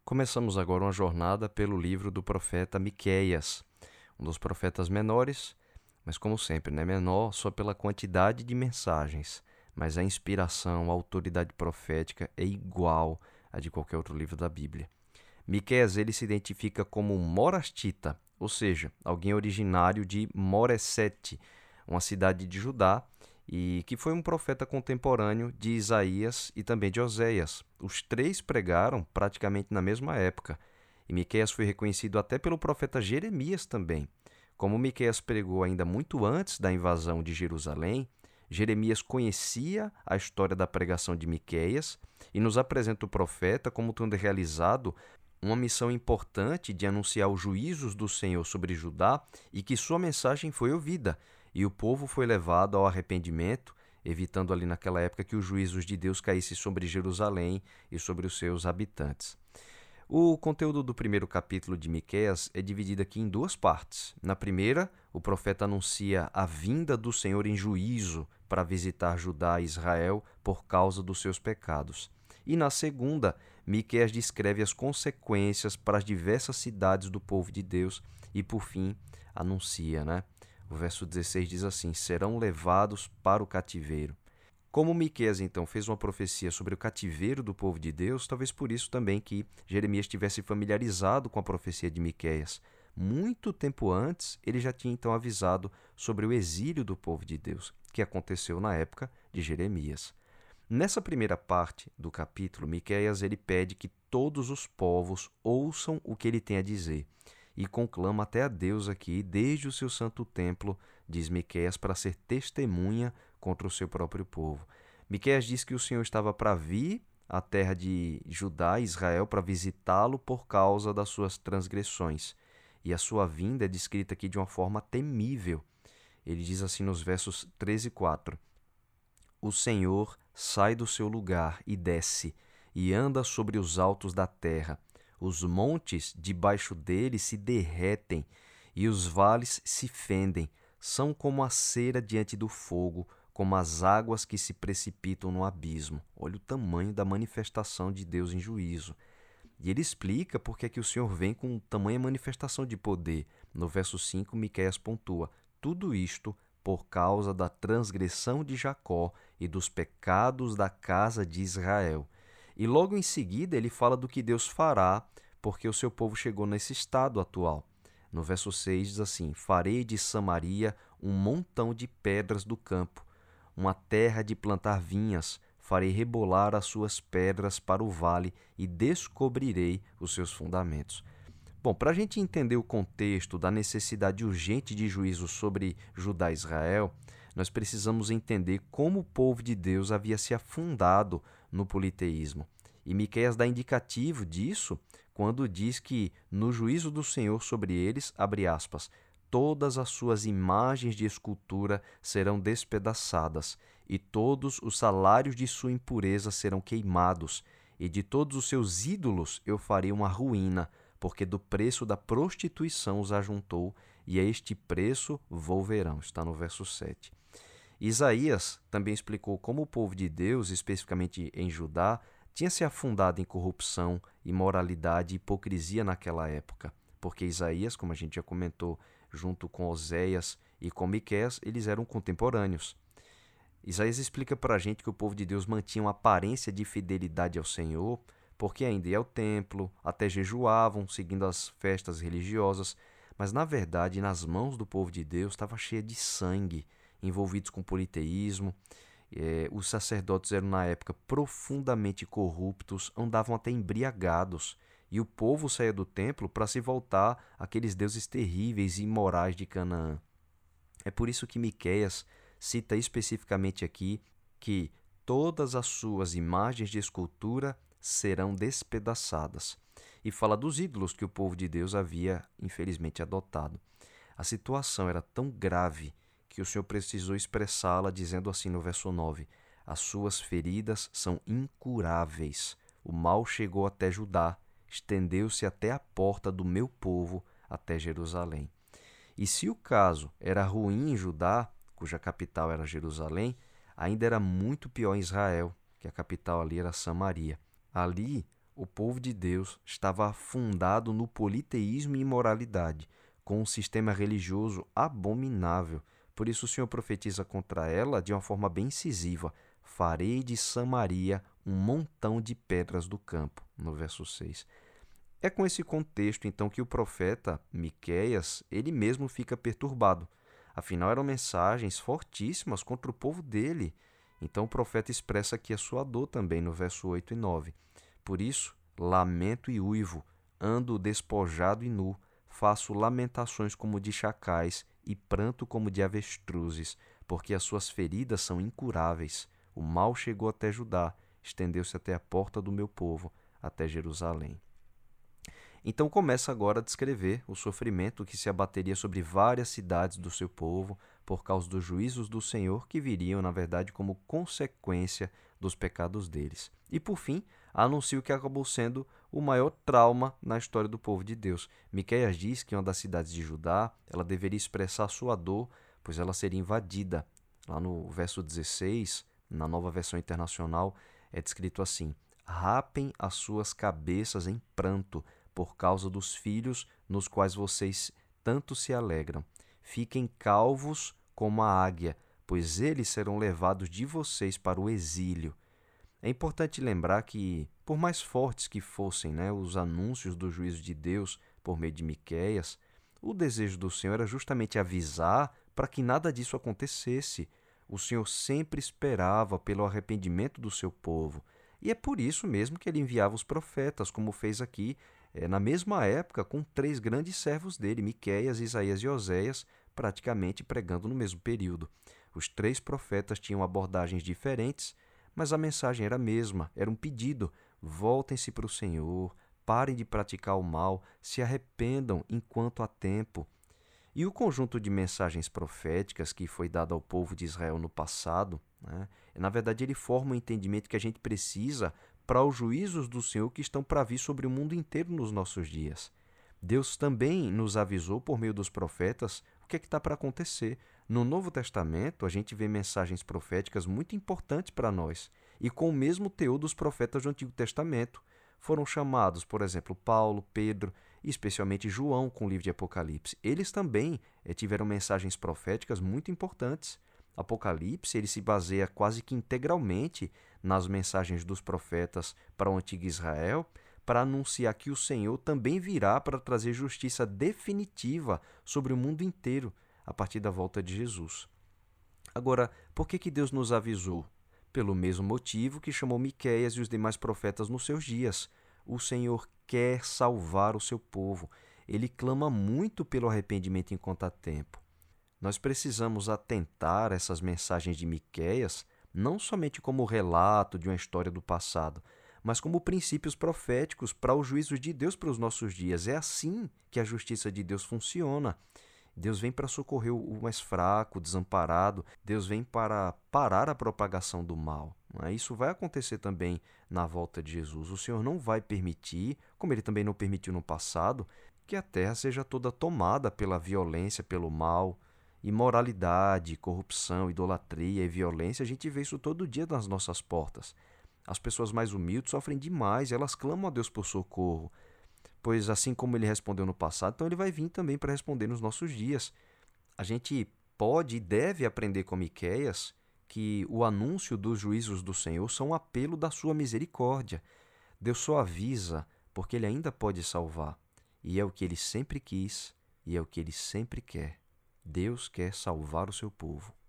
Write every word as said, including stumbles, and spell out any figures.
Começamos agora uma jornada pelo livro do profeta Miqueias, um dos profetas menores, mas como sempre, não é menor só pela quantidade de mensagens, mas a inspiração, a autoridade profética é igual à de qualquer outro livro da Bíblia. Miqueias ele se identifica como um morastita, ou seja, alguém originário de Moresete, uma cidade de Judá, e que foi um profeta contemporâneo de Isaías e também de Oséias. Os três pregaram praticamente na mesma época, e Miqueias foi reconhecido até pelo profeta Jeremias também. Como Miqueias pregou ainda muito antes da invasão de Jerusalém, Jeremias conhecia a história da pregação de Miqueias e nos apresenta o profeta como tendo realizado uma missão importante de anunciar os juízos do Senhor sobre Judá e que sua mensagem foi ouvida, e o povo foi levado ao arrependimento, evitando ali naquela época que os juízos de Deus caíssem sobre Jerusalém e sobre os seus habitantes. O conteúdo do primeiro capítulo de Miqueias é dividido aqui em duas partes. Na primeira, o profeta anuncia a vinda do Senhor em juízo para visitar Judá e Israel por causa dos seus pecados. E na segunda, Miqueias descreve as consequências para as diversas cidades do povo de Deus e, por fim, anuncia, né? O verso dezesseis diz assim: serão levados para o cativeiro. Como Miqueias, então, fez uma profecia sobre o cativeiro do povo de Deus, talvez por isso também que Jeremias estivesse familiarizado com a profecia de Miqueias. Muito tempo antes, ele já tinha então avisado sobre o exílio do povo de Deus, que aconteceu na época de Jeremias. Nessa primeira parte do capítulo, Miqueias ele pede que todos os povos ouçam o que ele tem a dizer e conclama até a Deus aqui, desde o seu santo templo, diz Miqueias, para ser testemunha contra o seu próprio povo. Miqueias diz que o Senhor estava para vir à terra de Judá e Israel para visitá-lo por causa das suas transgressões. E a sua vinda é descrita aqui de uma forma temível. Ele diz assim nos versos três e quatro: o Senhor sai do seu lugar e desce, e anda sobre os altos da terra. Os montes debaixo dele se derretem, e os vales se fendem. São como a cera diante do fogo, como as águas que se precipitam no abismo. Olha o tamanho da manifestação de Deus em juízo. E ele explica por que é que o Senhor vem com tamanha manifestação de poder. No verso cinco, Miqueias pontua: tudo isto por causa da transgressão de Jacó e dos pecados da casa de Israel. E logo em seguida ele fala do que Deus fará, porque o seu povo chegou nesse estado atual. No verso seis diz assim: farei de Samaria um montão de pedras do campo, uma terra de plantar vinhas, farei rebolar as suas pedras para o vale e descobrirei os seus fundamentos. Bom, para a gente entender o contexto da necessidade urgente de juízo sobre Judá e Israel, nós precisamos entender como o povo de Deus havia se afundado no politeísmo. E Miqueias dá indicativo disso quando diz que no juízo do Senhor sobre eles, abre aspas, todas as suas imagens de escultura serão despedaçadas, e todos os salários de sua impureza serão queimados, e de todos os seus ídolos eu farei uma ruína, porque do preço da prostituição os ajuntou, e a este preço volverão. Está no verso sete. Isaías também explicou como o povo de Deus, especificamente em Judá, tinha se afundado em corrupção, imoralidade e hipocrisia naquela época, porque Isaías, como a gente já comentou, junto com Oséias e com Miqueias, eles eram contemporâneos. Isaías explica para a gente que o povo de Deus mantinha uma aparência de fidelidade ao Senhor, porque ainda ia ao templo, até jejuavam, seguindo as festas religiosas, mas na verdade, nas mãos do povo de Deus estava cheia de sangue, envolvidos com politeísmo. Eh, os sacerdotes eram na época profundamente corruptos, andavam até embriagados, e o povo saía do templo para se voltar àqueles deuses terríveis e imorais de Canaã. É por isso que Miqueias cita especificamente aqui que todas as suas imagens de escultura serão despedaçadas. E fala dos ídolos que o povo de Deus havia, infelizmente, adotado. A situação era tão grave que o Senhor precisou expressá-la dizendo assim no verso nove: as suas feridas são incuráveis. O mal chegou até Judá, estendeu-se até a porta do meu povo, até Jerusalém. E se o caso era ruim em Judá, cuja capital era Jerusalém, ainda era muito pior em Israel, que a capital ali era Samaria. Ali, o povo de Deus estava afundado no politeísmo e imoralidade, com um sistema religioso abominável. Por isso o Senhor profetiza contra ela de uma forma bem incisiva: farei de Samaria um montão de pedras do campo, no verso seis. É com esse contexto, então, que o profeta Miqueias, ele mesmo fica perturbado. Afinal, eram mensagens fortíssimas contra o povo dele. Então o profeta expressa aqui a sua dor também, no verso oito e nove. Por isso, lamento e uivo, ando despojado e nu, faço lamentações como de chacais e pranto como de avestruzes, porque as suas feridas são incuráveis. O mal chegou até Judá, estendeu-se até a porta do meu povo, até Jerusalém. Então começa agora a descrever o sofrimento que se abateria sobre várias cidades do seu povo por causa dos juízos do Senhor que viriam, na verdade, como consequência dos pecados deles. E por fim, anuncia o que acabou sendo o maior trauma na história do povo de Deus. Miqueias diz que uma das cidades de Judá, ela deveria expressar sua dor, pois ela seria invadida. Lá no verso dezesseis, na Nova Versão Internacional, é descrito assim: rapem as suas cabeças em pranto, por causa dos filhos nos quais vocês tanto se alegram. Fiquem calvos como a águia, pois eles serão levados de vocês para o exílio. É importante lembrar que, por mais fortes que fossem, né, os anúncios do juízo de Deus por meio de Miqueias, o desejo do Senhor era justamente avisar para que nada disso acontecesse. O Senhor sempre esperava pelo arrependimento do seu povo. E é por isso mesmo que ele enviava os profetas, como fez aqui, é, na mesma época, com três grandes servos dele, Miqueias, Isaías e Oséias, praticamente pregando no mesmo período. Os três profetas tinham abordagens diferentes, mas a mensagem era a mesma, era um pedido: voltem-se para o Senhor, parem de praticar o mal, se arrependam enquanto há tempo. E o conjunto de mensagens proféticas que foi dado ao povo de Israel no passado, né, na verdade, ele forma um entendimento que a gente precisa para os juízos do Senhor que estão para vir sobre o mundo inteiro nos nossos dias. Deus também nos avisou por meio dos profetas o que é que está para acontecer. No Novo Testamento, a gente vê mensagens proféticas muito importantes para nós, e com o mesmo teor dos profetas do Antigo Testamento. Foram chamados, por exemplo, Paulo, Pedro e especialmente João com o livro de Apocalipse. Eles também eh, tiveram mensagens proféticas muito importantes. Apocalipse ele se baseia quase que integralmente nas mensagens dos profetas para o antigo Israel, para anunciar que o Senhor também virá para trazer justiça definitiva sobre o mundo inteiro a partir da volta de Jesus. Agora, por que que Deus nos avisou? Pelo mesmo motivo que chamou Miqueias e os demais profetas nos seus dias. O Senhor quer salvar o seu povo. Ele clama muito pelo arrependimento enquanto há tempo. Nós precisamos atentar a essas mensagens de Miqueias não somente como relato de uma história do passado, mas como princípios proféticos para os juízos de Deus para os nossos dias. É assim que a justiça de Deus funciona. Deus vem para socorrer o mais fraco, o desamparado. Deus vem para parar a propagação do mal. Isso vai acontecer também na volta de Jesus. O Senhor não vai permitir, como Ele também não permitiu no passado, que a terra seja toda tomada pela violência, pelo mal. Imoralidade, corrupção, idolatria e violência, a gente vê isso todo dia nas nossas portas. As pessoas mais humildes sofrem demais, elas clamam a Deus por socorro. Pois assim como ele respondeu no passado, então ele vai vir também para responder nos nossos dias. A gente pode e deve aprender com Miqueias que o anúncio dos juízos do Senhor são um apelo da sua misericórdia. Deus só avisa porque ele ainda pode salvar. E é o que ele sempre quis e é o que ele sempre quer. Deus quer salvar o seu povo.